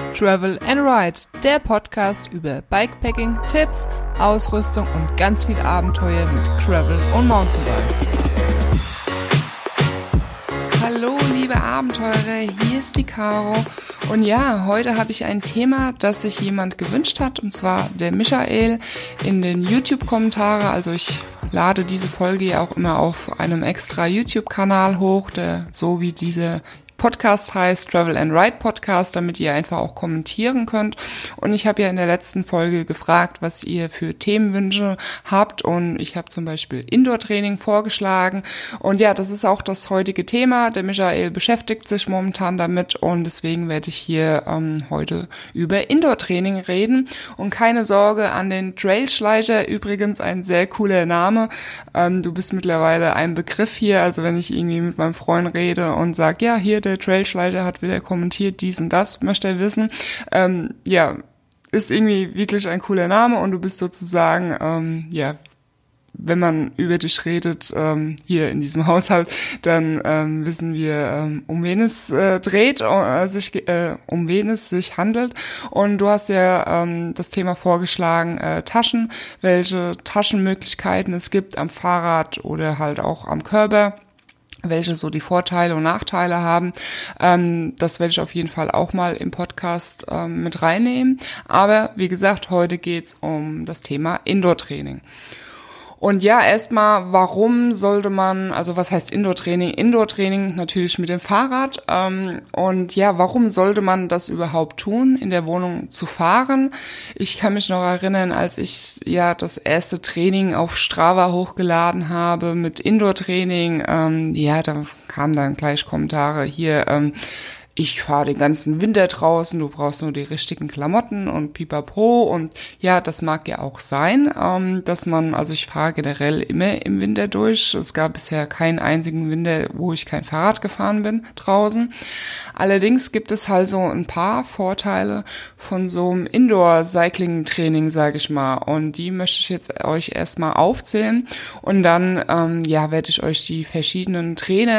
Travel and Ride, der Podcast über Bikepacking, Tipps, Ausrüstung und ganz viel Abenteuer mit Gravel und Mountainbikes. Hallo liebe Abenteurer, hier ist die Caro und ja, heute habe ich ein Thema, das sich jemand gewünscht hat, und zwar der Michael in den YouTube-Kommentare. Also ich lade diese Folge ja auch immer auf einem extra YouTube-Kanal hoch, der so wie diese Podcast heißt, Travel and Ride Podcast, damit ihr einfach auch kommentieren könnt. Und ich habe ja in der letzten Folge gefragt, was ihr für Themenwünsche habt, und ich habe zum Beispiel Indoor-Training vorgeschlagen. Und ja, das ist auch das heutige Thema. Der Michael beschäftigt sich momentan damit und deswegen werde ich hier heute über Indoor-Training reden. Und keine Sorge an den Trailschleicher, übrigens ein sehr cooler Name. Du bist mittlerweile ein Begriff hier, also wenn ich irgendwie mit meinem Freund rede und sage, ja, hier der Trailschleicher hat wieder kommentiert, dies und das, möchte er wissen. Ja, ist irgendwie wirklich ein cooler Name und du bist sozusagen, ja, wenn man über dich redet, hier in diesem Haushalt, dann wissen wir, um wen es dreht, um wen es sich handelt. Und du hast ja das Thema vorgeschlagen, Taschen, welche Taschenmöglichkeiten es gibt am Fahrrad oder halt auch am Körper, welche so die Vorteile und Nachteile haben. Das werde ich auf jeden Fall auch mal im Podcast mit reinnehmen. Aber wie gesagt, heute geht's um das Thema Indoor-Training. Und ja, erstmal, warum sollte man, also was heißt Indoor-Training? Indoor-Training natürlich mit dem Fahrrad. Und ja, warum sollte man das überhaupt tun, in der Wohnung zu fahren? Ich kann mich noch erinnern, als ich ja das erste Training auf Strava hochgeladen habe mit Indoor-Training. Ja, da kamen dann gleich Kommentare hier, ich fahre den ganzen Winter draußen, du brauchst nur die richtigen Klamotten und pipapo. Und ja, das mag ja auch sein, dass man, also ich fahre generell immer im Winter durch. Es gab bisher keinen einzigen Winter, wo ich kein Fahrrad gefahren bin draußen. Allerdings gibt es halt so ein paar Vorteile von so einem Indoor-Cycling-Training, sage ich mal. Und die möchte ich jetzt euch erstmal aufzählen. Und dann, ja, werde ich euch die verschiedenen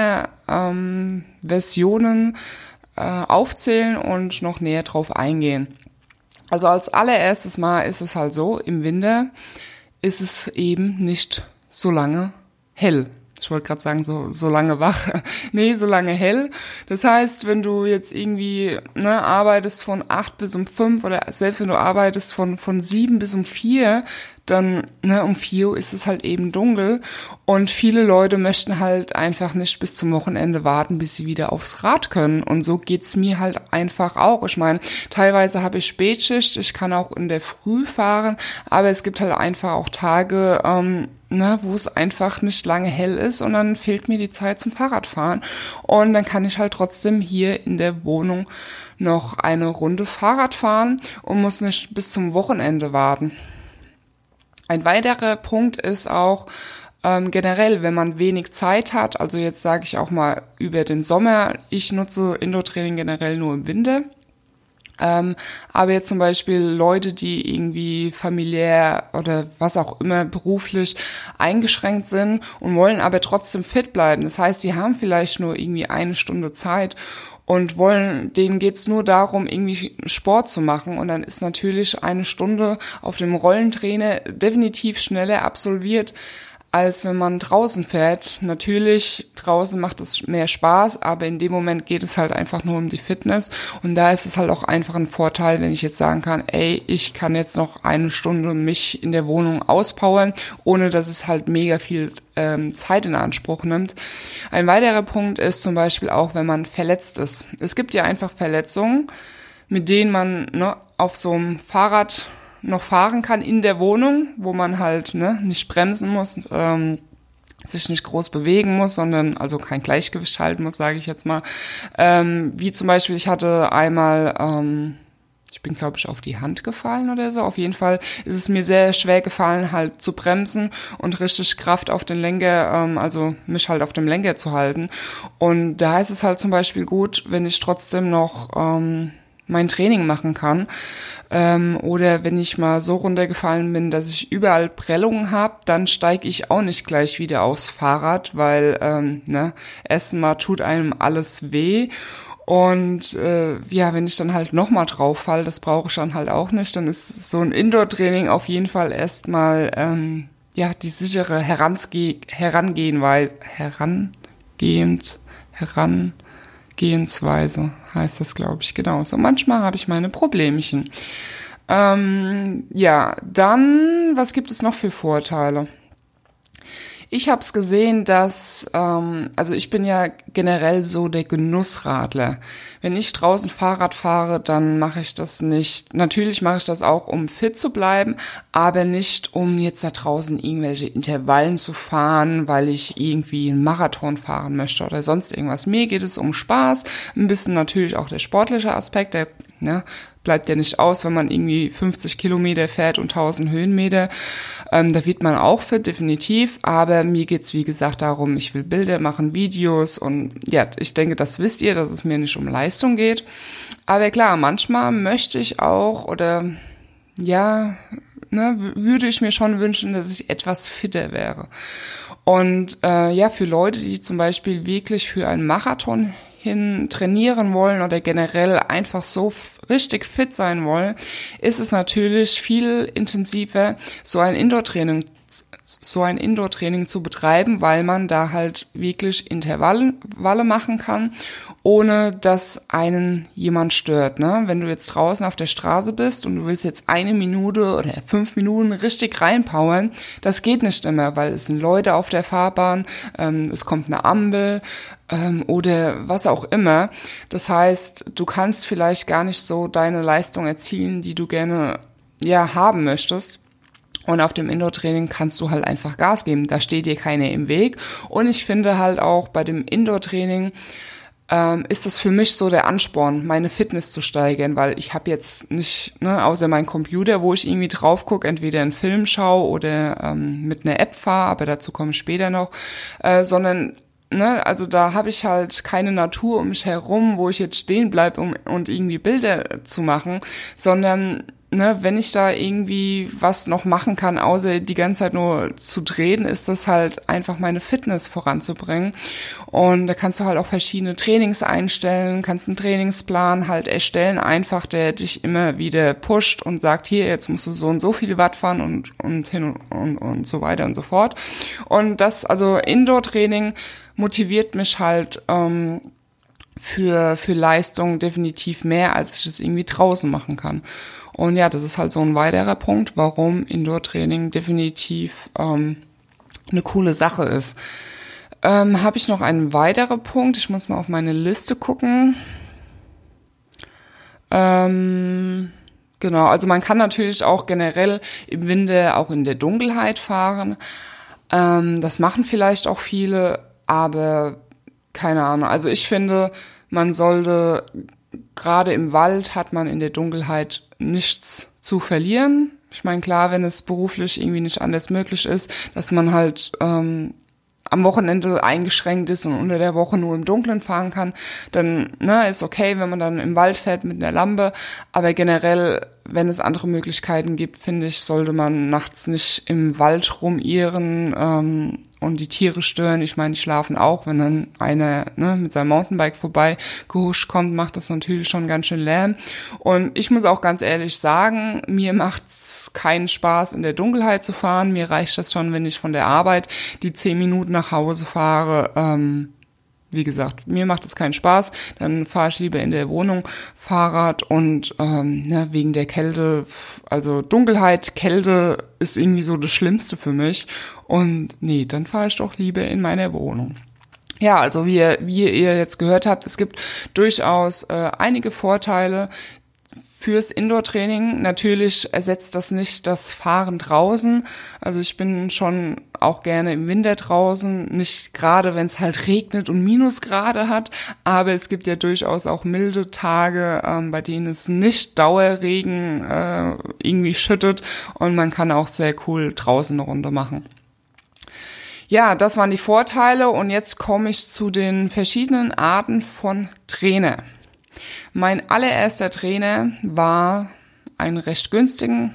Trainer-Versionen aufzählen und noch näher drauf eingehen. Also als allererstes Mal ist es halt so, im Winter ist es eben nicht so lange hell. Ich wollte gerade sagen, so lange wach. Nee, so lange hell. Das heißt, wenn du jetzt irgendwie arbeitest von 8 bis um 5 oder selbst wenn du arbeitest von 7 bis um 4, dann um 4 Uhr ist es halt eben dunkel und viele Leute möchten halt einfach nicht bis zum Wochenende warten, bis sie wieder aufs Rad können, und so geht's mir halt einfach auch. Ich meine, teilweise habe ich Spätschicht, ich kann auch in der Früh fahren, aber es gibt halt einfach auch Tage, wo es einfach nicht lange hell ist und dann fehlt mir die Zeit zum Fahrradfahren und dann kann ich halt trotzdem hier in der Wohnung noch eine Runde Fahrrad fahren und muss nicht bis zum Wochenende warten. Ein weiterer Punkt ist auch generell, wenn man wenig Zeit hat, also jetzt sage ich auch mal über den Sommer, ich nutze Indoor-Training generell nur im Winter. Aber jetzt zum Beispiel Leute, die irgendwie familiär oder was auch immer beruflich eingeschränkt sind und wollen aber trotzdem fit bleiben. Das heißt, die haben vielleicht nur irgendwie eine Stunde Zeit und denen geht's nur darum, irgendwie Sport zu machen. Und dann ist natürlich eine Stunde auf dem Rollentrainer definitiv schneller absolviert, als wenn man draußen fährt. Natürlich, draußen macht es mehr Spaß, aber in dem Moment geht es halt einfach nur um die Fitness. Und da ist es halt auch einfach ein Vorteil, wenn ich jetzt sagen kann, ey, ich kann jetzt noch eine Stunde mich in der Wohnung auspowern, ohne dass es halt mega viel Zeit in Anspruch nimmt. Ein weiterer Punkt ist zum Beispiel auch, wenn man verletzt ist. Es gibt ja einfach Verletzungen, mit denen man auf so einem Fahrrad noch fahren kann in der Wohnung, wo man halt nicht bremsen muss, sich nicht groß bewegen muss, sondern also kein Gleichgewicht halten muss, sage ich jetzt mal. Wie zum Beispiel, ich hatte einmal, ich bin glaube ich auf die Hand gefallen oder so. Auf jeden Fall ist es mir sehr schwer gefallen, halt zu bremsen und richtig Kraft auf den Lenker, also mich halt auf dem Lenker zu halten. Und da ist es halt zum Beispiel gut, wenn ich trotzdem noch mein Training machen kann. Oder wenn ich mal so runtergefallen bin, dass ich überall Prellungen habe, dann steige ich auch nicht gleich wieder aufs Fahrrad, weil erstens mal tut einem alles weh Und wenn ich dann halt nochmal drauf falle, das brauche ich dann halt auch nicht, dann ist so ein Indoor-Training auf jeden Fall erstmal die sichere Herangehensweise heißt das, glaube ich, genau. So manchmal habe ich meine Problemchen. Dann, was gibt es noch für Vorteile? Ich habe es gesehen, dass, ich bin ja generell so der Genussradler. Wenn ich draußen Fahrrad fahre, dann mache ich das nicht. Natürlich mache ich das auch, um fit zu bleiben, aber nicht, um jetzt da draußen irgendwelche Intervallen zu fahren, weil ich irgendwie einen Marathon fahren möchte oder sonst irgendwas. Mir geht es um Spaß, ein bisschen natürlich auch der sportliche Aspekt, der bleibt ja nicht aus, wenn man irgendwie 50 Kilometer fährt und 1000 Höhenmeter. Da wird man auch fit, definitiv. Aber mir geht's, wie gesagt, darum, ich will Bilder machen, Videos und ja, ich denke, das wisst ihr, dass es mir nicht um Leistung geht. Aber klar, manchmal möchte ich auch würde ich mir schon wünschen, dass ich etwas fitter wäre. Und für Leute, die zum Beispiel wirklich für einen Marathon hin trainieren wollen oder generell einfach so richtig fit sein wollen, ist es natürlich viel intensiver, so ein Indoor-Training zu betreiben, weil man da halt wirklich Intervalle machen kann, ohne dass einen jemand stört. Ne? Wenn du jetzt draußen auf der Straße bist und du willst jetzt 1 Minute oder 5 Minuten richtig reinpowern, das geht nicht immer, weil es sind Leute auf der Fahrbahn, es kommt eine Ampel oder was auch immer. Das heißt, du kannst vielleicht gar nicht so deine Leistung erzielen, die du gerne haben möchtest. Und auf dem Indoor-Training kannst du halt einfach Gas geben. Da steht dir keiner im Weg. Und ich finde halt auch bei dem Indoor-Training ist das für mich so der Ansporn, meine Fitness zu steigern, weil ich habe jetzt nicht, außer meinen Computer, wo ich irgendwie drauf gucke, entweder einen Film schaue oder mit einer App fahre, aber dazu komme ich später noch, sondern also da habe ich halt keine Natur um mich herum, wo ich jetzt stehen bleibe und irgendwie Bilder zu machen, sondern wenn ich da irgendwie was noch machen kann, außer die ganze Zeit nur zu drehen, ist das halt einfach meine Fitness voranzubringen. Und da kannst du halt auch verschiedene Trainings einstellen, kannst einen Trainingsplan halt erstellen, einfach der dich immer wieder pusht und sagt, hier, jetzt musst du so und so viele Watt fahren und hin und so weiter und so fort. Und das, also Indoor-Training motiviert mich halt für Leistung definitiv mehr, als ich das irgendwie draußen machen kann. Und ja, das ist halt so ein weiterer Punkt, warum Indoor-Training definitiv eine coole Sache ist. Habe ich noch einen weiteren Punkt? Ich muss mal auf meine Liste gucken. Genau, also man kann natürlich auch generell im Winter auch in der Dunkelheit fahren. Das machen vielleicht auch viele, aber keine Ahnung. Also ich finde, man sollte, gerade im Wald hat man in der Dunkelheit nichts zu verlieren. Ich meine, klar, wenn es beruflich irgendwie nicht anders möglich ist, dass man halt am Wochenende eingeschränkt ist und unter der Woche nur im Dunkeln fahren kann, dann ist okay, wenn man dann im Wald fährt mit einer Lampe. Aber generell, wenn es andere Möglichkeiten gibt, finde ich, sollte man nachts nicht im Wald rumirren und die Tiere stören. Ich meine, die schlafen auch. Wenn dann einer mit seinem Mountainbike vorbei gehuscht kommt, macht das natürlich schon ganz schön Lärm. Und ich muss auch ganz ehrlich sagen, mir macht's keinen Spaß, in der Dunkelheit zu fahren. Mir reicht das schon, wenn ich von der Arbeit die 10 Minuten nach Hause fahre. Wie gesagt, mir macht es keinen Spaß, dann fahre ich lieber in der Wohnung Fahrrad und wegen der Kälte, also Dunkelheit, Kälte ist irgendwie so das Schlimmste für mich und nee, dann fahre ich doch lieber in meiner Wohnung. Ja, also wie ihr jetzt gehört habt, es gibt durchaus einige Vorteile fürs Indoor-Training. Natürlich ersetzt das nicht das Fahren draußen. Also ich bin schon auch gerne im Winter draußen, nicht gerade, wenn es halt regnet und Minusgrade hat, aber es gibt ja durchaus auch milde Tage, bei denen es nicht Dauerregen irgendwie schüttet und man kann auch sehr cool draußen eine Runde machen. Ja, das waren die Vorteile und jetzt komme ich zu den verschiedenen Arten von Trainer. Mein allererster Trainer war ein recht günstigen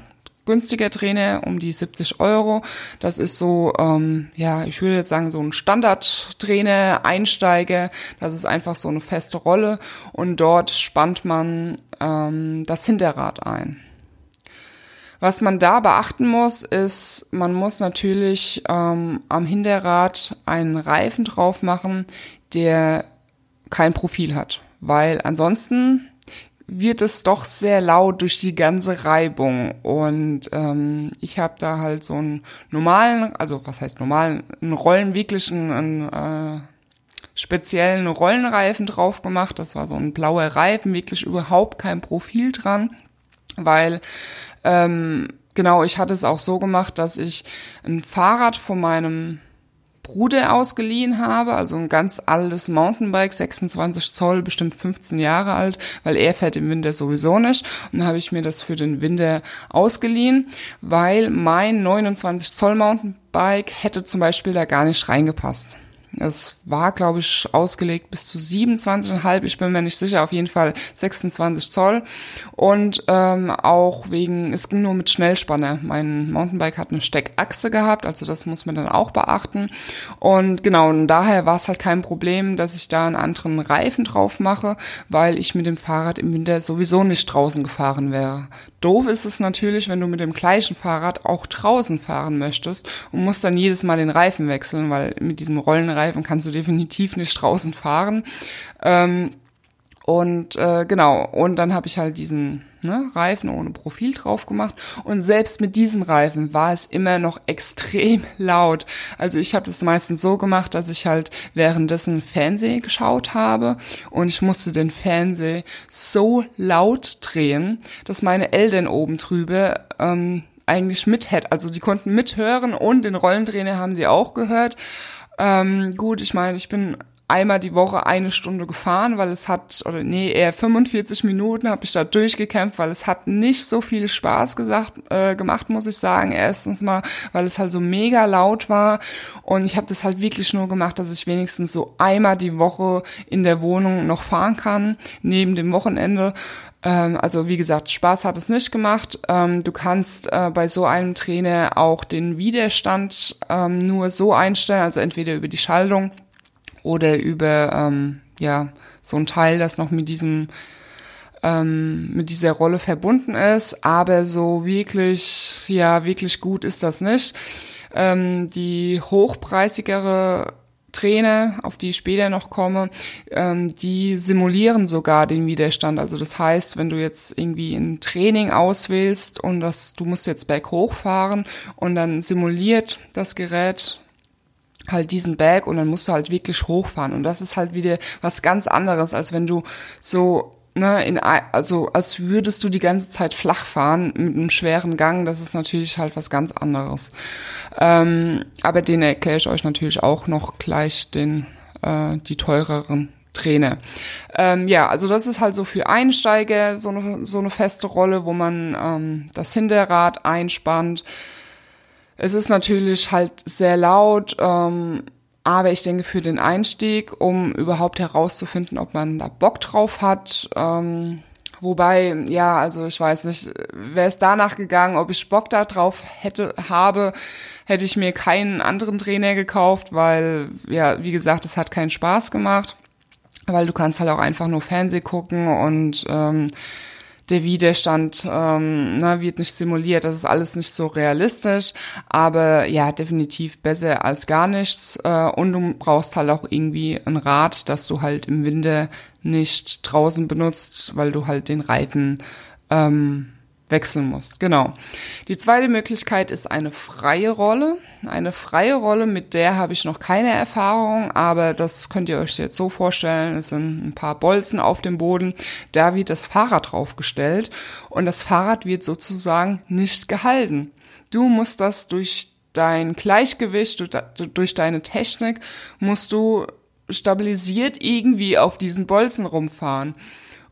günstiger Trainer, um die 70 Euro. Das ist so, ich würde jetzt sagen, so ein Standardtrainer, Einsteiger. Das ist einfach so eine feste Rolle und dort spannt man das Hinterrad ein. Was man da beachten muss, ist, man muss natürlich am Hinterrad einen Reifen drauf machen, der kein Profil hat, weil ansonsten wird es doch sehr laut durch die ganze Reibung und ich habe da halt so einen normalen, also was heißt normalen, einen speziellen Rollenreifen drauf gemacht. Das war so ein blauer Reifen, wirklich überhaupt kein Profil dran, weil ich hatte es auch so gemacht, dass ich ein Fahrrad von meinem Bruder ausgeliehen habe, also ein ganz altes Mountainbike, 26 Zoll, bestimmt 15 Jahre alt, weil er fährt im Winter sowieso nicht. Und dann habe ich mir das für den Winter ausgeliehen, weil mein 29 Zoll Mountainbike hätte zum Beispiel da gar nicht reingepasst. Es war, glaube ich, ausgelegt bis zu 27,5, ich bin mir nicht sicher, auf jeden Fall 26 Zoll. Und auch es ging nur mit Schnellspanner. Mein Mountainbike hat eine Steckachse gehabt, also das muss man dann auch beachten. Und genau, und daher war es halt kein Problem, dass ich da einen anderen Reifen drauf mache, weil ich mit dem Fahrrad im Winter sowieso nicht draußen gefahren wäre. Doof ist es natürlich, wenn du mit dem gleichen Fahrrad auch draußen fahren möchtest und musst dann jedes Mal den Reifen wechseln, weil mit diesem Rollenreifen kannst du definitiv nicht draußen fahren. Und dann habe ich halt diesen Reifen ohne Profil drauf gemacht und selbst mit diesem Reifen war es immer noch extrem laut. Also ich habe das meistens so gemacht, dass ich halt währenddessen Fernsehen geschaut habe und ich musste den Fernseher so laut drehen, dass meine Eltern oben drüber eigentlich also die konnten mithören und den Rollentrainer haben sie auch gehört. Ich meine, ich bin einmal die Woche 1 Stunde gefahren, weil eher 45 Minuten habe ich da durchgekämpft, weil es hat nicht so viel Spaß gemacht, muss ich sagen. Erstens mal, weil es halt so mega laut war und ich habe das halt wirklich nur gemacht, dass ich wenigstens so einmal die Woche in der Wohnung noch fahren kann, neben dem Wochenende. Also wie gesagt, Spaß hat es nicht gemacht. Du kannst bei so einem Trainer auch den Widerstand nur so einstellen, also entweder über die Schaltung oder über so ein Teil, das noch mit dieser Rolle verbunden ist, aber so wirklich gut ist das nicht. Die hochpreisigere Trainer, auf die ich später noch komme, die simulieren sogar den Widerstand. Also das heißt, wenn du jetzt irgendwie ein Training auswählst und du musst jetzt berghoch fahren und dann simuliert das Gerät halt diesen Berg und dann musst du halt wirklich hochfahren und das ist halt wieder was ganz anderes, als wenn du so als würdest du die ganze Zeit flach fahren mit einem schweren Gang, das ist natürlich halt was ganz anderes. Aber den erkläre ich euch natürlich auch noch gleich die teureren Trainer. Also das ist halt so für Einsteiger so eine feste Rolle, wo man das Hinterrad einspannt. Es ist natürlich halt sehr laut, aber ich denke für den Einstieg, um überhaupt herauszufinden, ob man da Bock drauf hat, wobei, also ich weiß nicht, wäre es danach gegangen, ob ich Bock da drauf hätte ich mir keinen anderen Trainer gekauft, weil, wie gesagt, es hat keinen Spaß gemacht, weil du kannst halt auch einfach nur Fernsehen gucken und der Widerstand wird nicht simuliert, das ist alles nicht so realistisch, aber definitiv besser als gar nichts und du brauchst halt auch irgendwie ein Rad, das du halt im Winter nicht draußen benutzt, weil du halt den Reifen wechseln musst. Genau. Die zweite Möglichkeit ist eine freie Rolle. Eine freie Rolle, mit der habe ich noch keine Erfahrung, aber das könnt ihr euch jetzt so vorstellen, es sind ein paar Bolzen auf dem Boden, da wird das Fahrrad draufgestellt und das Fahrrad wird sozusagen nicht gehalten. Du musst das durch dein Gleichgewicht, durch deine Technik, musst du stabilisiert irgendwie auf diesen Bolzen rumfahren.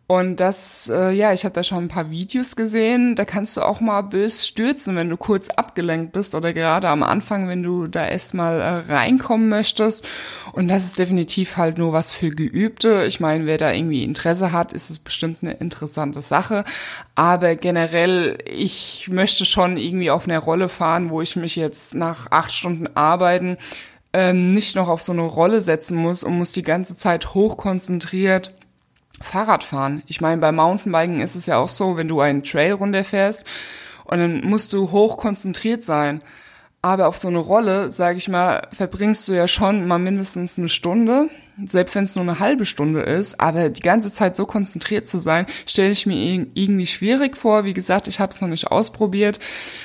Und das, ich habe da schon ein paar Videos gesehen, da kannst du auch mal bös stürzen, wenn du kurz abgelenkt bist oder gerade am Anfang, wenn du da erstmal reinkommen möchtest. Und das ist definitiv halt nur was für Geübte. Ich meine, wer da irgendwie Interesse hat, ist es bestimmt eine interessante Sache. Aber generell, ich möchte schon irgendwie auf einer Rolle fahren, wo ich mich jetzt nach 8 Stunden Arbeiten nicht noch auf so eine Rolle setzen muss und muss die ganze Zeit hochkonzentriert Fahrrad fahren. Ich meine, beim Mountainbiken ist es ja auch so, wenn du einen Trail runterfährst und dann musst du hoch konzentriert sein. Aber auf so eine Rolle, sage ich mal, verbringst du ja schon mal mindestens eine Stunde, selbst wenn es nur eine halbe Stunde ist. Aber die ganze Zeit so konzentriert zu sein, stelle ich mir irgendwie schwierig vor. Wie gesagt, ich habe es noch nicht ausprobiert.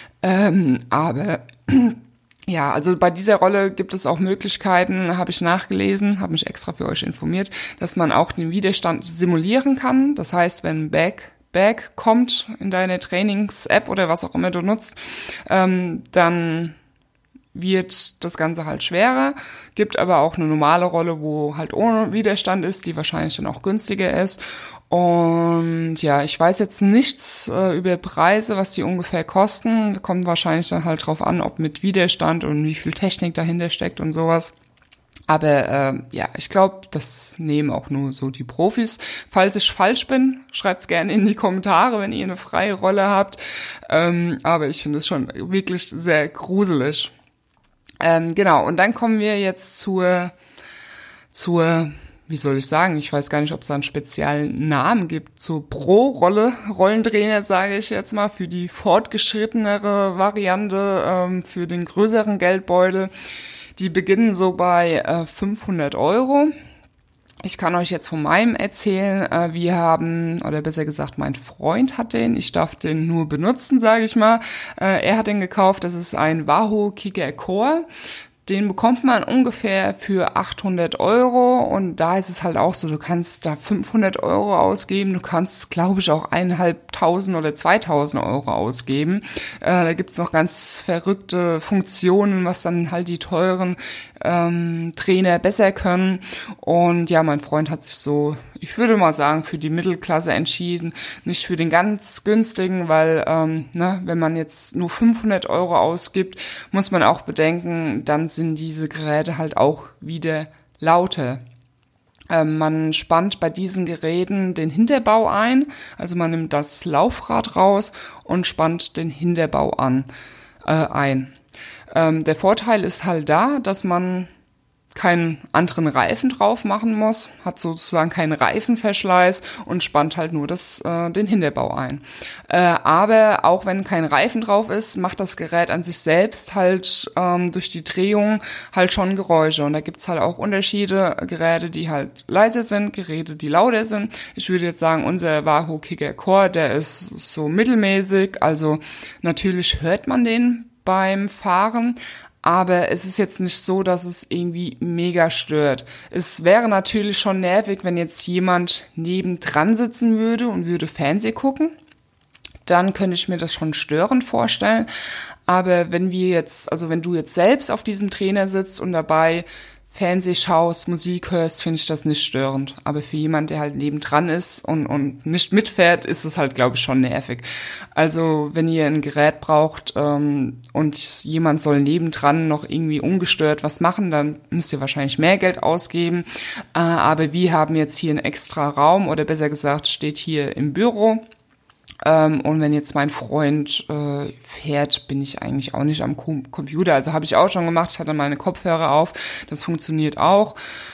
Aber ja, also bei dieser Rolle gibt es auch Möglichkeiten, habe ich nachgelesen, habe mich extra für euch informiert, dass man auch den Widerstand simulieren kann. Das heißt, wenn ein Bag kommt in deine Trainings-App oder was auch immer du nutzt, dann wird das Ganze halt schwerer, gibt aber auch eine normale Rolle, wo halt ohne Widerstand ist, die wahrscheinlich dann auch günstiger ist. Und ja, ich weiß jetzt nichts über Preise, was die ungefähr kosten. Kommt wahrscheinlich dann halt drauf an, ob mit Widerstand und wie viel Technik dahinter steckt und sowas. Aber ich glaube, das nehmen auch nur so die Profis. Falls ich falsch bin, schreibt's gerne in die Kommentare, wenn ihr eine freie Rolle habt. Aber ich finde es schon wirklich sehr gruselig. Genau, und dann kommen wir jetzt zur wie soll ich sagen, ich weiß gar nicht, ob es da einen speziellen Namen gibt, zur Pro-Rolle, Rollentrainer, sage ich jetzt mal, für die fortgeschrittenere Variante, für den größeren Geldbeutel. Die beginnen so bei 500 €. Ich kann euch jetzt von meinem erzählen. Wir haben, oder besser gesagt, mein Freund hat den. Ich darf den nur benutzen, sage ich mal. Er hat den gekauft. Das ist ein Wahoo Kickr Core. Den bekommt man ungefähr für 800 € und da ist es halt auch so, du kannst da 500 € ausgeben, du kannst, glaube ich, auch 1.500 oder 2.000 € ausgeben. Da gibt's noch ganz verrückte Funktionen, was dann halt die teuren Trainer besser können. Und ja, mein Freund hat sich so, ich würde mal sagen, für die Mittelklasse entschieden, nicht für den ganz günstigen, weil wenn man jetzt nur 500 € ausgibt, muss man auch bedenken, dann sind diese Geräte halt auch wieder lauter. Man spannt bei diesen Geräten den Hinterbau ein, also man nimmt das Laufrad raus und spannt den Hinterbau ein. Der Vorteil ist halt da, dass man keinen anderen Reifen drauf machen muss, hat sozusagen keinen Reifenverschleiß und spannt halt nur den Hinterbau ein. Aber auch wenn kein Reifen drauf ist, macht das Gerät an sich selbst halt durch die Drehung halt schon Geräusche. Und da gibt's halt auch Unterschiede, Geräte, die halt leiser sind, Geräte, die lauter sind. Ich würde jetzt sagen, unser Wahoo Kickr Core, der ist so mittelmäßig, also natürlich hört man den beim Fahren, aber es ist jetzt nicht so, dass es irgendwie mega stört. Es wäre natürlich schon nervig, wenn jetzt jemand nebendran sitzen würde und würde Fernsehen gucken. Dann könnte ich mir das schon störend vorstellen. Aber wenn du jetzt selbst auf diesem Trainer sitzt und dabei Fernseh schaust, Musik hörst, finde ich das nicht störend. Aber für jemanden, der halt nebendran ist und nicht mitfährt, ist es halt, glaube ich, schon nervig. Also wenn ihr ein Gerät braucht und jemand soll nebendran noch irgendwie ungestört was machen, dann müsst ihr wahrscheinlich mehr Geld ausgeben. Aber wir haben jetzt hier einen extra Raum, oder besser gesagt, steht hier im Büro. Und wenn jetzt mein Freund fährt, bin ich eigentlich auch nicht am Computer. Also habe ich auch schon gemacht, ich hatte meine Kopfhörer auf, das funktioniert auch.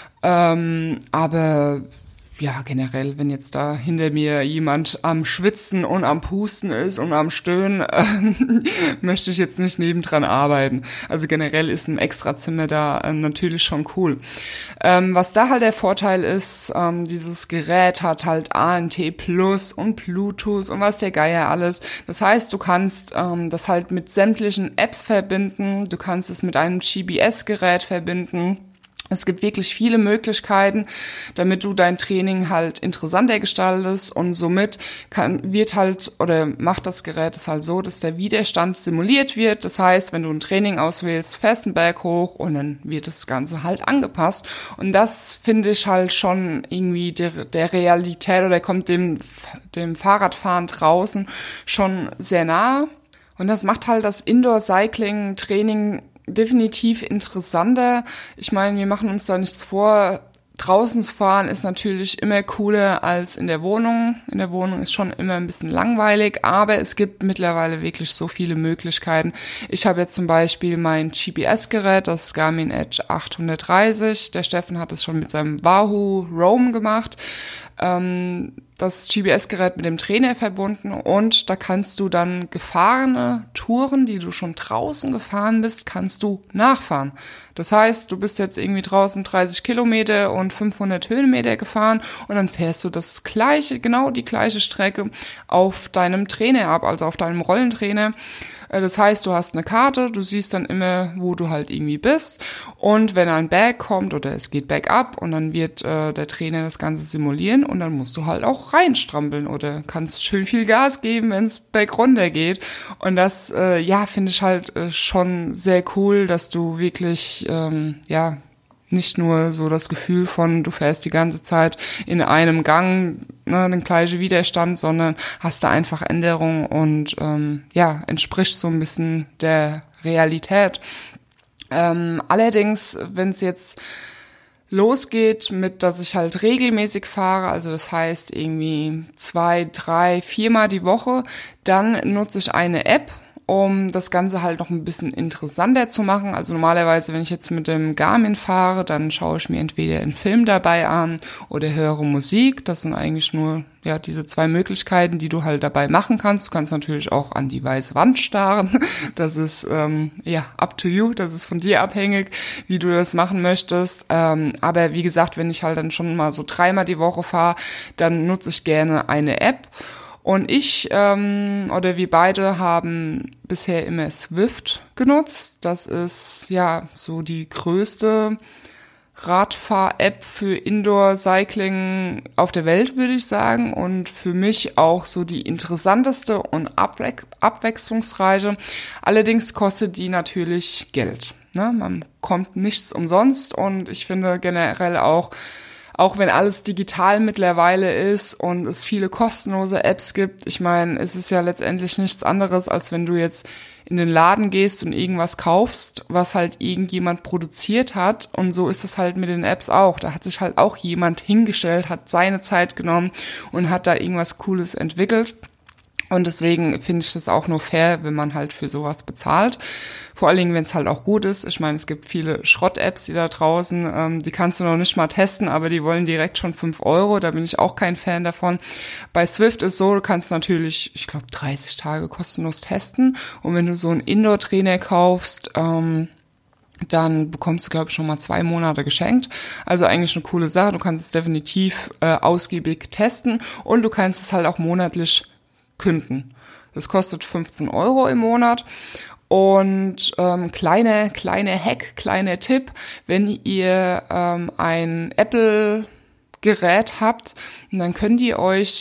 Aber ja, generell, wenn jetzt da hinter mir jemand am Schwitzen und am Pusten ist und am Stöhnen, möchte ich jetzt nicht nebendran arbeiten. Also generell ist ein Extrazimmer da natürlich schon cool. Was da halt der Vorteil ist, dieses Gerät hat halt ANT Plus und Bluetooth und was der Geier alles. Das heißt, du kannst das halt mit sämtlichen Apps verbinden, du kannst es mit einem GPS-Gerät verbinden. Es gibt wirklich viele Möglichkeiten, damit du dein Training halt interessanter gestaltest und somit macht das Gerät es halt so, dass der Widerstand simuliert wird. Das heißt, wenn du ein Training auswählst, fährst einen Berg hoch und dann wird das Ganze halt angepasst. Und das finde ich halt schon irgendwie der Realität oder kommt dem Fahrradfahren draußen schon sehr nahe. Und das macht halt das Indoor-Cycling-Training definitiv interessanter. Ich meine, wir machen uns da nichts vor. Draußen zu fahren ist natürlich immer cooler als in der Wohnung. In der Wohnung ist schon immer ein bisschen langweilig, aber es gibt mittlerweile wirklich so viele Möglichkeiten. Ich habe jetzt zum Beispiel mein GPS-Gerät, das Garmin Edge 830. Der Steffen hat es schon mit seinem Wahoo Roam gemacht. Das GPS-Gerät mit dem Trainer verbunden und da kannst du dann gefahrene Touren, die du schon draußen gefahren bist, kannst du nachfahren. Das heißt, du bist jetzt irgendwie draußen 30 Kilometer und 500 Höhenmeter gefahren und dann fährst du genau die gleiche Strecke auf deinem Trainer ab, also auf deinem Rollentrainer. Das heißt, du hast eine Karte, du siehst dann immer, wo du halt irgendwie bist und wenn ein Berg kommt oder es geht bergab und dann wird der Trainer das Ganze simulieren und dann musst du halt auch reinstrampeln oder kannst schön viel Gas geben, wenn es bergunter geht und das, finde ich halt schon sehr cool, dass du wirklich, nicht nur so das Gefühl von, du fährst die ganze Zeit in einem Gang, ne, den gleichen Widerstand, sondern hast da einfach Änderungen und entspricht so ein bisschen der Realität. Allerdings, wenn es jetzt losgeht mit, dass ich halt regelmäßig fahre, also das heißt irgendwie 2, 3, 4 Mal die Woche, dann nutze ich eine App, um das Ganze halt noch ein bisschen interessanter zu machen. Also normalerweise, wenn ich jetzt mit dem Garmin fahre, dann schaue ich mir entweder einen Film dabei an oder höre Musik. Das sind eigentlich nur diese 2 Möglichkeiten, die du halt dabei machen kannst. Du kannst natürlich auch an die weiße Wand starren. Das ist up to you. Das ist von dir abhängig, wie du das machen möchtest. Aber wie gesagt, wenn ich halt dann schon mal so 3-mal die Woche fahre, dann nutze ich gerne eine App. Und ich oder wir beide haben bisher immer Zwift genutzt. Das ist so die größte Radfahr-App für Indoor-Cycling auf der Welt, würde ich sagen. Und für mich auch so die interessanteste und abwechslungsreiche. Allerdings kostet die natürlich Geld. Ne? Man kommt nichts umsonst und ich finde generell auch wenn alles digital mittlerweile ist und es viele kostenlose Apps gibt, ich meine, es ist ja letztendlich nichts anderes, als wenn du jetzt in den Laden gehst und irgendwas kaufst, was halt irgendjemand produziert hat. Und so ist es halt mit den Apps auch. Da hat sich halt auch jemand hingestellt, hat seine Zeit genommen und hat da irgendwas Cooles entwickelt. Und deswegen finde ich das auch nur fair, wenn man halt für sowas bezahlt. Vor allen Dingen, wenn es halt auch gut ist. Ich meine, es gibt viele Schrott-Apps, die da draußen, die kannst du noch nicht mal testen, aber die wollen direkt schon 5 Euro. Da bin ich auch kein Fan davon. Bei Zwift ist so, du kannst natürlich, ich glaube, 30 Tage kostenlos testen. Und wenn du so einen Indoor-Trainer kaufst, dann bekommst du, glaube ich, schon mal 2 Monate geschenkt. Also eigentlich eine coole Sache. Du kannst es definitiv ausgiebig testen und du kannst es halt auch monatlich künden. Das kostet 15 Euro im Monat. Und kleiner Tipp, wenn ihr ein Apple-Gerät habt, dann könnt ihr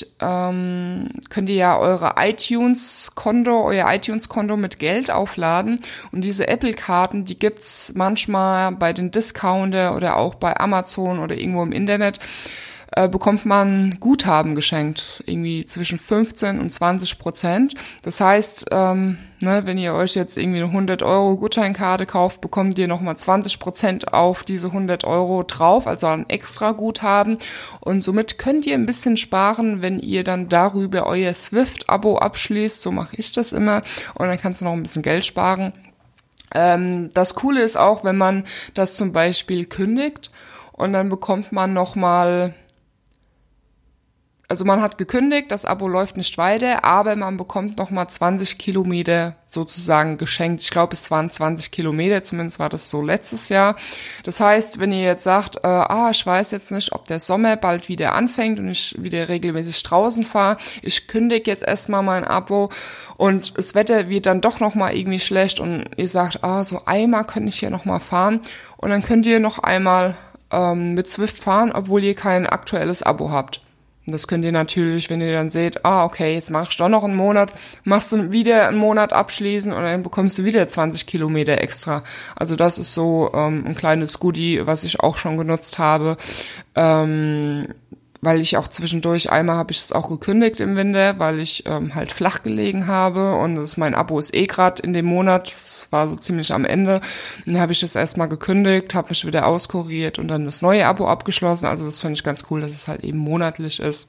ja euer iTunes-Konto mit Geld aufladen. Und diese Apple-Karten, die gibt's manchmal bei den Discounter oder auch bei Amazon oder irgendwo im Internet, bekommt man Guthaben geschenkt, irgendwie zwischen 15 und 20%. Das heißt, wenn ihr euch jetzt irgendwie eine 100 Euro Gutscheinkarte kauft, bekommt ihr nochmal 20% auf diese 100 Euro drauf, also ein extra Guthaben. Und somit könnt ihr ein bisschen sparen, wenn ihr dann darüber euer Zwift-Abo abschließt. So mache ich das immer. Und dann kannst du noch ein bisschen Geld sparen. Das Coole ist auch, wenn man das zum Beispiel kündigt und dann bekommt man nochmal also man hat gekündigt, das Abo läuft nicht weiter, aber man bekommt nochmal 20 Kilometer sozusagen geschenkt. Ich glaube, es waren 20 Kilometer, zumindest war das so letztes Jahr. Das heißt, wenn ihr jetzt sagt, ich weiß jetzt nicht, ob der Sommer bald wieder anfängt und ich wieder regelmäßig draußen fahre, ich kündige jetzt erstmal mein Abo und das Wetter wird dann doch nochmal irgendwie schlecht und ihr sagt, so einmal könnte ich hier nochmal fahren und dann könnt ihr noch einmal mit Zwift fahren, obwohl ihr kein aktuelles Abo habt. Und das könnt ihr natürlich, wenn ihr dann seht, okay, jetzt machst du doch noch einen Monat, machst du wieder einen Monat abschließen und dann bekommst du wieder 20 Kilometer extra. Also das ist so ein kleines Goodie, was ich auch schon genutzt habe, weil ich auch zwischendurch, einmal habe ich es auch gekündigt im Winter, weil ich halt flach gelegen habe und mein Abo ist gerade in dem Monat, das war so ziemlich am Ende, dann habe ich es erstmal gekündigt, habe mich wieder auskuriert und dann das neue Abo abgeschlossen, also das finde ich ganz cool, dass es halt eben monatlich ist.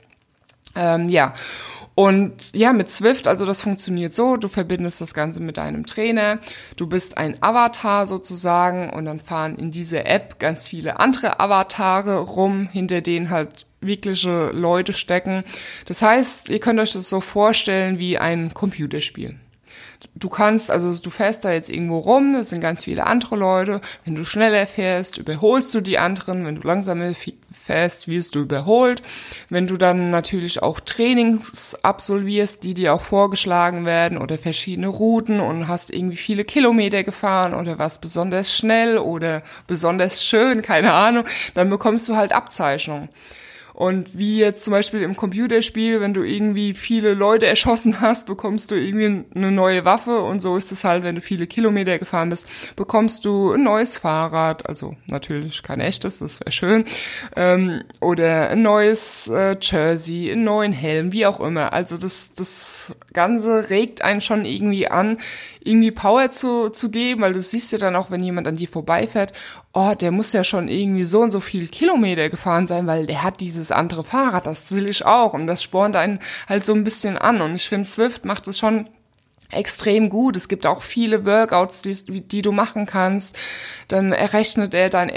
Und ja, mit Zwift, also das funktioniert so, du verbindest das Ganze mit deinem Trainer, du bist ein Avatar sozusagen und dann fahren in diese App ganz viele andere Avatare rum, hinter denen halt wirkliche Leute stecken. Das heißt, ihr könnt euch das so vorstellen wie ein Computerspiel. Du fährst da jetzt irgendwo rum, das sind ganz viele andere Leute. Wenn du schneller fährst, überholst du die anderen. Wenn du langsamer fährst, wirst du überholt. Wenn du dann natürlich auch Trainings absolvierst, die dir auch vorgeschlagen werden oder verschiedene Routen und hast irgendwie viele Kilometer gefahren oder was besonders schnell oder besonders schön, keine Ahnung, dann bekommst du halt Abzeichnungen. Und wie jetzt zum Beispiel im Computerspiel, wenn du irgendwie viele Leute erschossen hast, bekommst du irgendwie eine neue Waffe und so ist es halt, wenn du viele Kilometer gefahren bist, bekommst du ein neues Fahrrad, also natürlich kein echtes, das wäre schön, oder ein neues Jersey, einen neuen Helm, wie auch immer. Also das Ganze regt einen schon irgendwie an, irgendwie Power zu geben, weil du siehst ja dann auch, wenn jemand an dir vorbeifährt, der muss ja schon irgendwie so und so viel Kilometer gefahren sein, weil der hat dieses andere Fahrrad, das will ich auch. Und das spornt einen halt so ein bisschen an. Und ich finde, Zwift macht es schon extrem gut. Es gibt auch viele Workouts, die du machen kannst. Dann errechnet er dein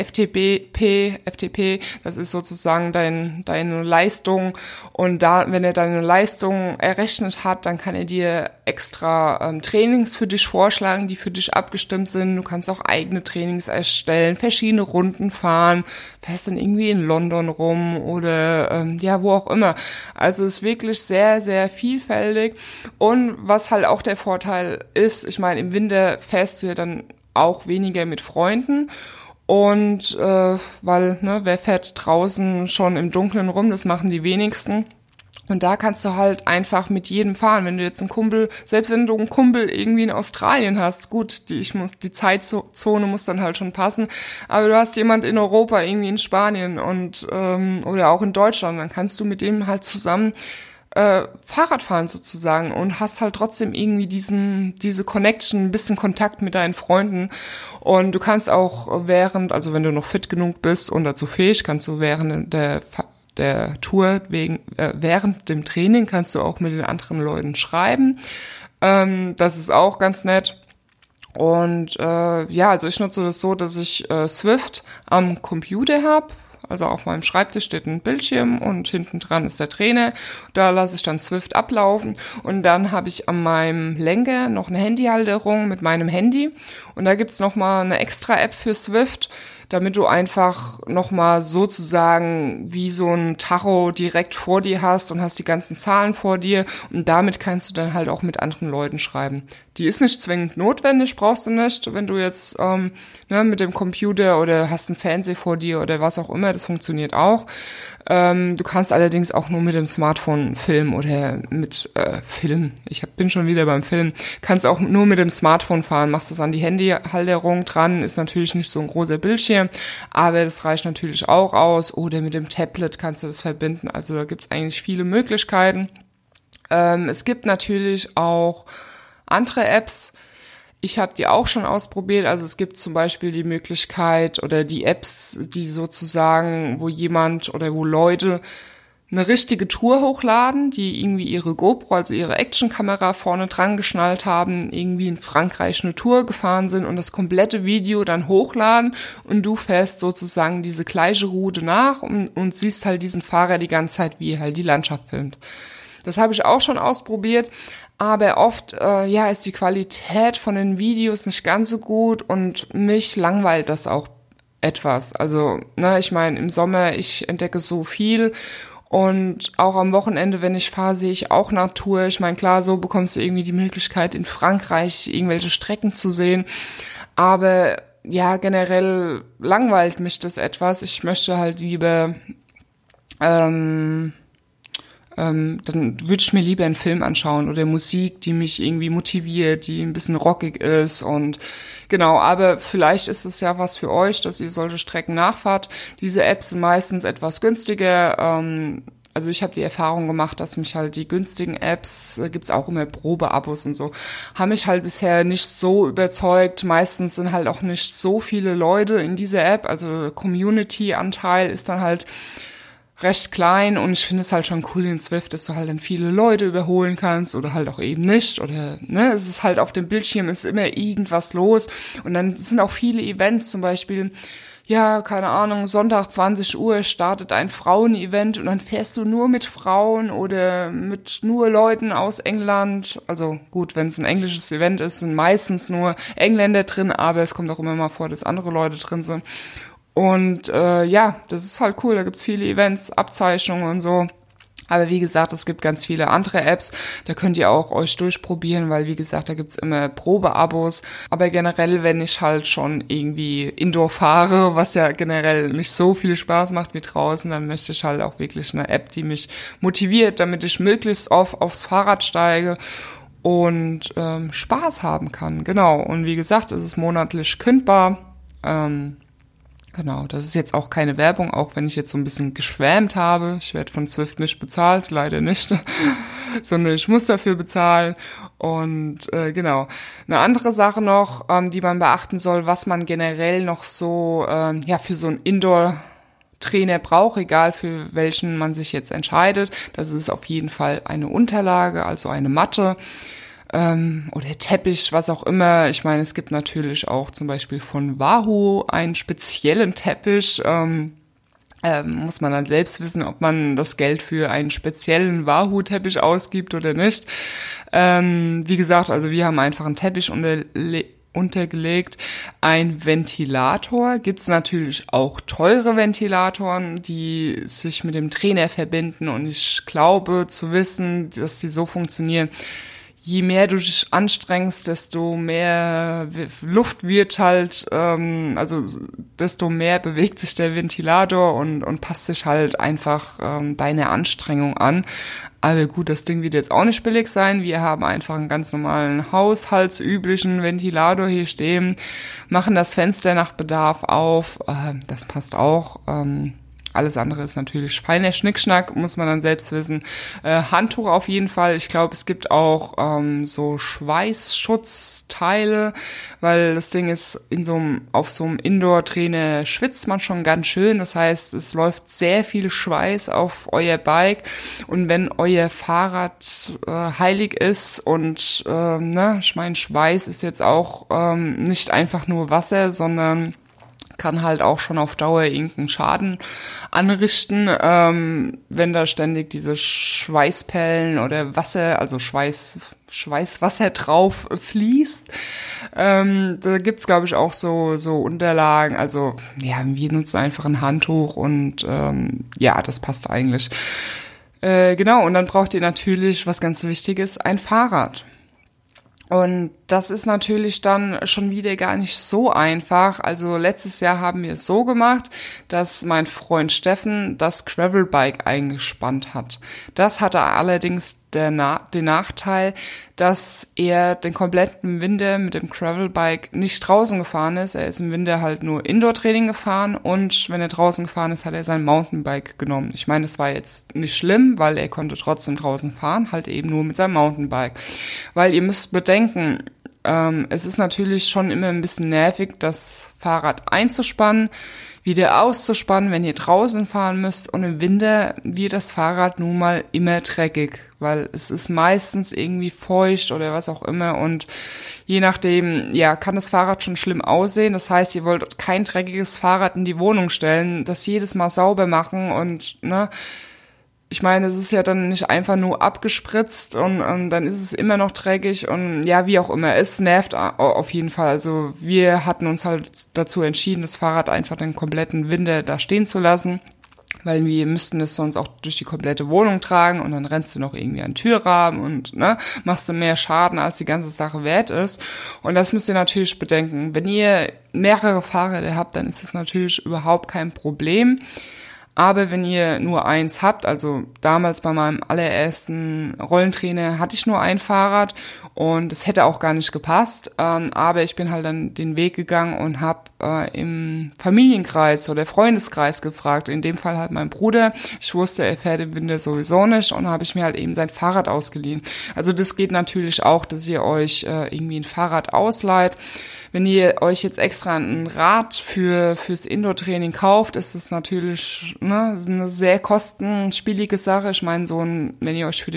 FTP, das ist sozusagen deine Leistung. Und wenn er deine Leistung errechnet hat, dann kann er dir extra Trainings für dich vorschlagen, die für dich abgestimmt sind. Du kannst auch eigene Trainings erstellen, verschiedene Runden fahren, fährst dann irgendwie in London rum oder wo auch immer. Also es ist wirklich sehr, sehr vielfältig. Und was halt auch der Vorteil ist, ich meine, im Winter fährst du ja dann auch weniger mit Freunden und wer fährt draußen schon im Dunkeln rum, das machen die wenigsten. Und da kannst du halt einfach mit jedem fahren. Wenn du jetzt selbst wenn du einen Kumpel irgendwie in Australien hast, gut, die Zeitzone muss dann halt schon passen, aber du hast jemand in Europa, irgendwie in Spanien und oder auch in Deutschland, dann kannst du mit dem halt zusammen Fahrrad fahren sozusagen und hast halt trotzdem irgendwie diese Connection, ein bisschen Kontakt mit deinen Freunden und du kannst auch wenn du noch fit genug bist und dazu fähig, kannst du während der Tour während dem Training kannst du auch mit den anderen Leuten schreiben. Das ist auch ganz nett. Und also ich nutze das so, dass ich Zwift am Computer habe. Also auf meinem Schreibtisch steht ein Bildschirm und hinten dran ist der Trainer. Da lasse ich dann Zwift ablaufen und dann habe ich an meinem Lenker noch eine Handyhalterung mit meinem Handy und da gibt's nochmal eine extra App für Zwift, damit du einfach nochmal sozusagen wie so ein Tacho direkt vor dir hast und hast die ganzen Zahlen vor dir und damit kannst du dann halt auch mit anderen Leuten schreiben. Die ist nicht zwingend notwendig, brauchst du nicht, wenn du jetzt mit dem Computer oder hast einen Fernseher vor dir oder was auch immer, das funktioniert auch. Du kannst allerdings auch nur mit dem Smartphone filmen oder mit Film. Bin schon wieder beim Film. Kannst auch nur mit dem Smartphone fahren, machst das an die Handyhalterung dran, ist natürlich nicht so ein großer Bildschirm, aber das reicht natürlich auch aus. Oder mit dem Tablet kannst du das verbinden. Also da gibt's eigentlich viele Möglichkeiten. Es gibt natürlich auch andere Apps. Ich habe die auch schon ausprobiert, also es gibt zum Beispiel die Möglichkeit oder die Apps, die sozusagen, wo jemand oder wo Leute eine richtige Tour hochladen, die irgendwie ihre GoPro, also ihre Actionkamera vorne dran geschnallt haben, irgendwie in Frankreich eine Tour gefahren sind und das komplette Video dann hochladen und du fährst sozusagen diese gleiche Route nach und siehst halt diesen Fahrer die ganze Zeit, wie er halt die Landschaft filmt. Das habe ich auch schon ausprobiert, aber oft ist die Qualität von den Videos nicht ganz so gut und mich langweilt das auch etwas. Also, ich meine, im Sommer, ich entdecke so viel und auch am Wochenende, wenn ich fahre, sehe ich auch Natur. Ich meine, klar, so bekommst du irgendwie die Möglichkeit, in Frankreich irgendwelche Strecken zu sehen. Aber ja, generell langweilt mich das etwas. Ich möchte halt lieber, dann würde ich mir lieber einen Film anschauen oder Musik, die mich irgendwie motiviert, die ein bisschen rockig ist und genau, aber vielleicht ist es ja was für euch, dass ihr solche Strecken nachfahrt. Diese Apps sind meistens etwas günstiger, also ich habe die Erfahrung gemacht, dass mich halt die günstigen Apps, gibt's auch immer Probeabos und so, haben mich halt bisher nicht so überzeugt. Meistens sind halt auch nicht so viele Leute in dieser App, also Community-Anteil ist dann halt recht klein und ich finde es halt schon cool in Zwift, dass du halt dann viele Leute überholen kannst oder halt auch eben nicht oder es ist halt auf dem Bildschirm ist immer irgendwas los und dann sind auch viele Events, zum Beispiel keine Ahnung, Sonntag 20 Uhr startet ein Frauen-Event und dann fährst du nur mit Frauen oder mit nur Leuten aus England. Also gut, wenn es ein englisches Event ist, sind meistens nur Engländer drin, aber es kommt auch immer mal vor, dass andere Leute drin sind. Und das ist halt cool, da gibt's viele Events, Abzeichnungen und so. Aber wie gesagt, es gibt ganz viele andere Apps, da könnt ihr auch euch durchprobieren, weil wie gesagt, da gibt's immer Probeabos. Aber generell, wenn ich halt schon irgendwie Indoor fahre, was ja generell nicht so viel Spaß macht wie draußen, dann möchte ich halt auch wirklich eine App, die mich motiviert, damit ich möglichst oft aufs Fahrrad steige und Spaß haben kann. Genau, und wie gesagt, es ist monatlich kündbar. Genau, das ist jetzt auch keine Werbung, auch wenn ich jetzt so ein bisschen geschwärmt habe. Ich werde von Zwift nicht bezahlt, leider nicht, sondern ich muss dafür bezahlen. Und genau, eine andere Sache noch, die man beachten soll, was man generell noch so für so ein Indoor-Trainer braucht, egal für welchen man sich jetzt entscheidet. Das ist auf jeden Fall eine Unterlage, also eine Matte. Oder Teppich, was auch immer. Ich meine, es gibt natürlich auch zum Beispiel von Wahoo einen speziellen Teppich. Muss man dann selbst wissen, ob man das Geld für einen speziellen Wahoo-Teppich ausgibt oder nicht. Wie gesagt, also wir haben einfach einen Teppich untergelegt. Ein Ventilator. Gibt's natürlich auch teure Ventilatoren, die sich mit dem Trainer verbinden und ich glaube zu wissen, dass die so funktionieren. Je mehr du dich anstrengst, desto mehr Luft wird halt, desto mehr bewegt sich der Ventilator und passt sich halt einfach deine Anstrengung an. Aber gut, das Ding wird jetzt auch nicht billig sein. Wir haben einfach einen ganz normalen haushaltsüblichen Ventilator hier stehen, machen das Fenster nach Bedarf auf. Das passt auch. Alles andere ist natürlich feiner Schnickschnack, muss man dann selbst wissen. Handtuch auf jeden Fall. Ich glaube, es gibt auch so Schweißschutzteile, weil das Ding ist, auf so einem Indoor-Trainer schwitzt man schon ganz schön. Das heißt, es läuft sehr viel Schweiß auf euer Bike. Und wenn euer Fahrrad heilig ist und ich meine, Schweiß ist jetzt auch nicht einfach nur Wasser, sondern kann halt auch schon auf Dauer irgendeinen Schaden anrichten, wenn da ständig diese Schweißperlen oder Wasser, also Schweißwasser drauf fließt. Da gibt's, glaube ich, auch so Unterlagen. Also ja, wir nutzen einfach ein Handtuch und das passt eigentlich. Genau, und dann braucht ihr natürlich, was ganz wichtig ist, ein Fahrrad. Und das ist natürlich dann schon wieder gar nicht so einfach. Also letztes Jahr haben wir es so gemacht, dass mein Freund Steffen das Gravelbike eingespannt hat. Das hatte allerdings den Nachteil, dass er den kompletten Winter mit dem Gravelbike nicht draußen gefahren ist. Er ist im Winter halt nur Indoor-Training gefahren und wenn er draußen gefahren ist, hat er sein Mountainbike genommen. Ich meine, das war jetzt nicht schlimm, weil er konnte trotzdem draußen fahren, halt eben nur mit seinem Mountainbike. Weil ihr müsst bedenken, es ist natürlich schon immer ein bisschen nervig, das Fahrrad einzuspannen, wieder auszuspannen, wenn ihr draußen fahren müsst. Und im Winter wird das Fahrrad nun mal immer dreckig, weil es ist meistens irgendwie feucht oder was auch immer. Und je nachdem, ja, kann das Fahrrad schon schlimm aussehen. Das heißt, ihr wollt kein dreckiges Fahrrad in die Wohnung stellen, das jedes Mal sauber machen und, ne, ich meine, es ist ja dann nicht einfach nur abgespritzt und dann ist es immer noch dreckig und ja, wie auch immer. Es nervt auf jeden Fall. Also wir hatten uns halt dazu entschieden, das Fahrrad einfach den kompletten Winter da stehen zu lassen, weil wir müssten es sonst auch durch die komplette Wohnung tragen und dann rennst du noch irgendwie an den Türrahmen und ne, machst du mehr Schaden, als die ganze Sache wert ist. Und das müsst ihr natürlich bedenken. Wenn ihr mehrere Fahrräder habt, dann ist das natürlich überhaupt kein Problem. Aber wenn ihr nur eins habt, also damals bei meinem allerersten Rollentrainer hatte ich nur ein Fahrrad und es hätte auch gar nicht gepasst, aber ich bin halt dann den Weg gegangen und habe im Familienkreis oder Freundeskreis gefragt, in dem Fall halt mein Bruder. Ich wusste, er fährt im Winter sowieso nicht und habe ich mir halt eben sein Fahrrad ausgeliehen. Also das geht natürlich auch, dass ihr euch irgendwie ein Fahrrad ausleiht. Wenn ihr euch jetzt extra ein Rad fürs Indoor-Training kauft, ist es natürlich eine sehr kostenspielige Sache. Ich meine, wenn ihr euch für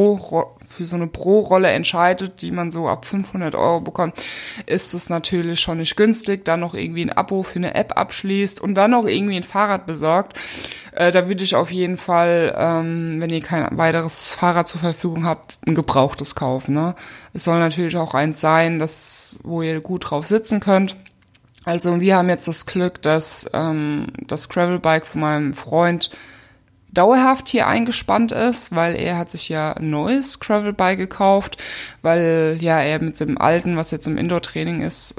so eine Pro-Rolle entscheidet, die man so ab 500 € bekommt, ist es natürlich schon nicht günstig. Dann noch irgendwie ein Abo für eine App abschließt und dann noch irgendwie ein Fahrrad besorgt. Da würde ich auf jeden Fall, wenn ihr kein weiteres Fahrrad zur Verfügung habt, ein gebrauchtes kaufen. Ne? Es soll natürlich auch eins sein, wo ihr gut drauf sitzen könnt. Also wir haben jetzt das Glück, dass das Gravelbike von meinem Freund dauerhaft hier eingespannt ist, weil er hat sich ja ein neues Gravelbike gekauft, weil ja er mit dem alten, was jetzt im Indoor-Trainer ist,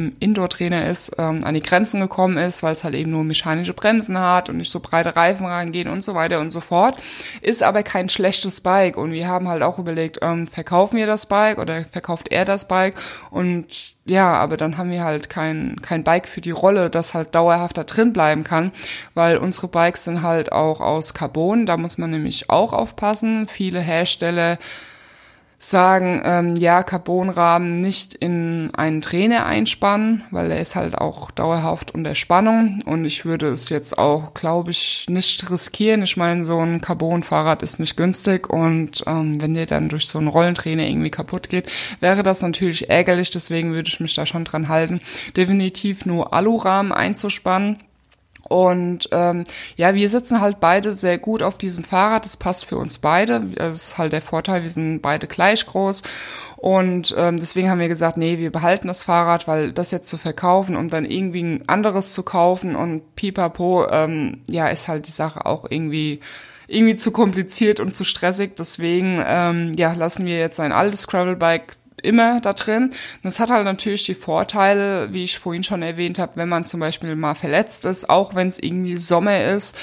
an die Grenzen gekommen ist, weil es halt eben nur mechanische Bremsen hat und nicht so breite Reifen reingehen und so weiter und so fort. Ist aber kein schlechtes Bike und wir haben halt auch überlegt, verkaufen wir das Bike oder verkauft er das Bike und ja, aber dann haben wir halt kein Bike für die Rolle, das halt dauerhaft da drin bleiben kann, weil unsere Bikes sind halt auch aus Carbon, da muss man nämlich auch aufpassen. Viele Hersteller sagen, Carbonrahmen nicht in einen Trainer einspannen, weil er ist halt auch dauerhaft unter Spannung und ich würde es jetzt auch, glaube ich, nicht riskieren. Ich meine, so ein Carbon-Fahrrad ist nicht günstig und wenn der dann durch so einen Rollentrainer irgendwie kaputt geht, wäre das natürlich ärgerlich, deswegen würde ich mich da schon dran halten, definitiv nur Alurahmen einzuspannen. Und wir sitzen halt beide sehr gut auf diesem Fahrrad, das passt für uns beide, das ist halt der Vorteil, wir sind beide gleich groß und deswegen haben wir gesagt, nee, wir behalten das Fahrrad, weil das jetzt zu verkaufen und dann irgendwie ein anderes zu kaufen und pipapo, ist halt die Sache auch irgendwie zu kompliziert und zu stressig, deswegen lassen wir jetzt ein altes Gravelbike immer da drin. Das hat halt natürlich die Vorteile, wie ich vorhin schon erwähnt habe, wenn man zum Beispiel mal verletzt ist, auch wenn es irgendwie Sommer ist,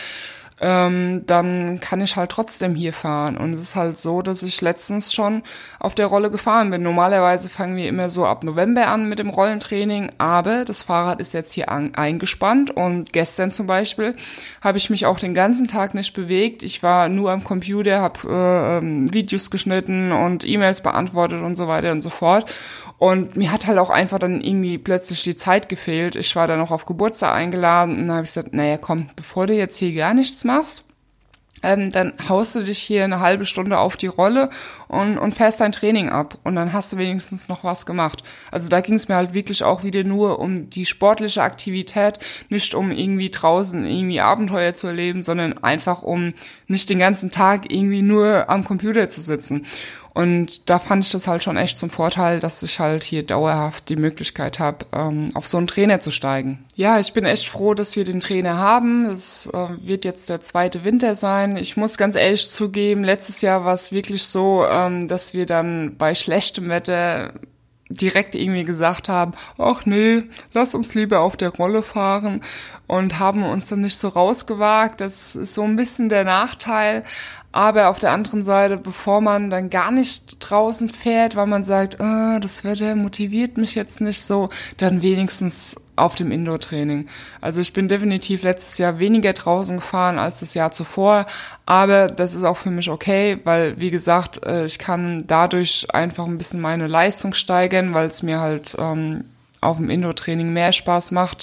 dann kann ich halt trotzdem hier fahren. Und es ist halt so, dass ich letztens schon auf der Rolle gefahren bin. Normalerweise fangen wir immer so ab November an mit dem Rollentraining, aber das Fahrrad ist jetzt hier eingespannt und gestern zum Beispiel habe ich mich auch den ganzen Tag nicht bewegt. Ich war nur am Computer, habe Videos geschnitten und E-Mails beantwortet und so weiter und so fort. Und mir hat halt auch einfach dann irgendwie plötzlich die Zeit gefehlt. Ich war dann noch auf Geburtstag eingeladen und dann habe ich gesagt, naja komm, bevor du jetzt hier gar nichts machst, dann haust du dich hier eine halbe Stunde auf die Rolle und fährst dein Training ab und dann hast du wenigstens noch was gemacht. Also da ging es mir halt wirklich auch wieder nur um die sportliche Aktivität, nicht um irgendwie draußen irgendwie Abenteuer zu erleben, sondern einfach um nicht den ganzen Tag irgendwie nur am Computer zu sitzen. Und da fand ich das halt schon echt zum Vorteil, dass ich halt hier dauerhaft die Möglichkeit habe, auf so einen Trainer zu steigen. Ja, ich bin echt froh, dass wir den Trainer haben. Es wird jetzt der zweite Winter sein. Ich muss ganz ehrlich zugeben, letztes Jahr war es wirklich so, dass wir dann bei schlechtem Wetter direkt irgendwie gesagt haben, ach nee, lass uns lieber auf der Rolle fahren und haben uns dann nicht so rausgewagt. Das ist so ein bisschen der Nachteil. Aber auf der anderen Seite, bevor man dann gar nicht draußen fährt, weil man sagt, das Wetter motiviert mich jetzt nicht so, dann wenigstens auf dem Indoor-Training. Also ich bin definitiv letztes Jahr weniger draußen gefahren als das Jahr zuvor, aber das ist auch für mich okay, weil, wie gesagt, ich kann dadurch einfach ein bisschen meine Leistung steigern, weil es mir halt auf dem Indoor-Training mehr Spaß macht,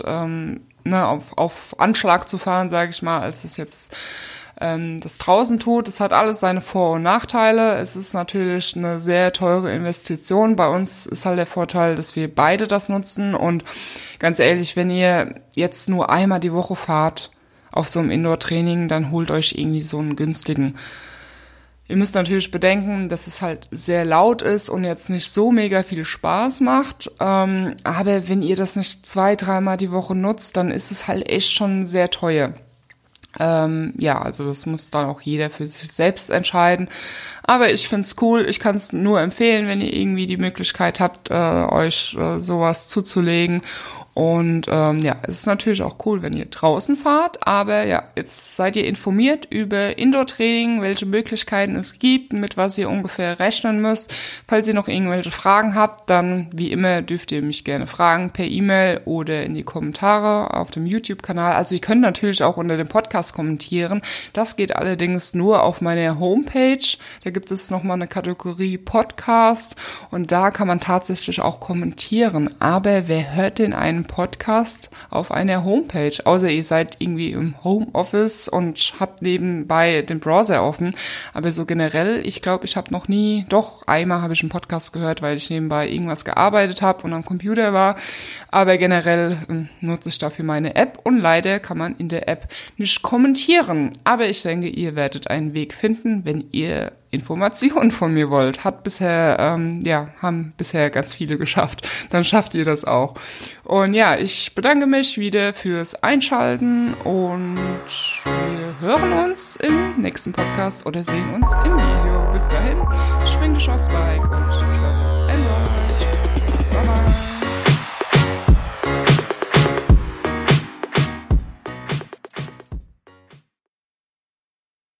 auf Anschlag zu fahren, sage ich mal, als es jetzt das draußen tut. Es hat alles seine Vor- und Nachteile. Es ist natürlich eine sehr teure Investition. Bei uns ist halt der Vorteil, dass wir beide das nutzen. Und ganz ehrlich, wenn ihr jetzt nur einmal die Woche fahrt auf so einem Indoor-Training, dann holt euch irgendwie so einen günstigen. Ihr müsst natürlich bedenken, dass es halt sehr laut ist und jetzt nicht so mega viel Spaß macht. Aber wenn ihr das nicht 2-3 Mal die Woche nutzt, dann ist es halt echt schon sehr teuer. Also das muss dann auch jeder für sich selbst entscheiden. Aber ich find's cool. Ich kann es nur empfehlen, wenn ihr irgendwie die Möglichkeit habt, euch sowas zuzulegen. Und es ist natürlich auch cool, wenn ihr draußen fahrt, aber ja, jetzt seid ihr informiert über Indoor-Training, welche Möglichkeiten es gibt, mit was ihr ungefähr rechnen müsst. Falls ihr noch irgendwelche Fragen habt, dann wie immer dürft ihr mich gerne fragen per E-Mail oder in die Kommentare auf dem YouTube-Kanal. Also ihr könnt natürlich auch unter dem Podcast kommentieren. Das geht allerdings nur auf meiner Homepage. Da gibt es nochmal eine Kategorie Podcast und da kann man tatsächlich auch kommentieren. Aber wer hört denn einen Podcast auf einer Homepage, außer ihr seid irgendwie im Homeoffice und habt nebenbei den Browser offen, aber so generell, ich glaube, ich habe noch nie, doch einmal habe ich einen Podcast gehört, weil ich nebenbei irgendwas gearbeitet habe und am Computer war, aber generell nutze ich dafür meine App und leider kann man in der App nicht kommentieren, aber ich denke, ihr werdet einen Weg finden, wenn ihr Informationen von mir wollt. Haben bisher ganz viele geschafft. Dann schafft ihr das auch. Und ja, ich bedanke mich wieder fürs Einschalten und wir hören uns im nächsten Podcast oder sehen uns im Video. Bis dahin, schwing dich aufs Bike und enjoy.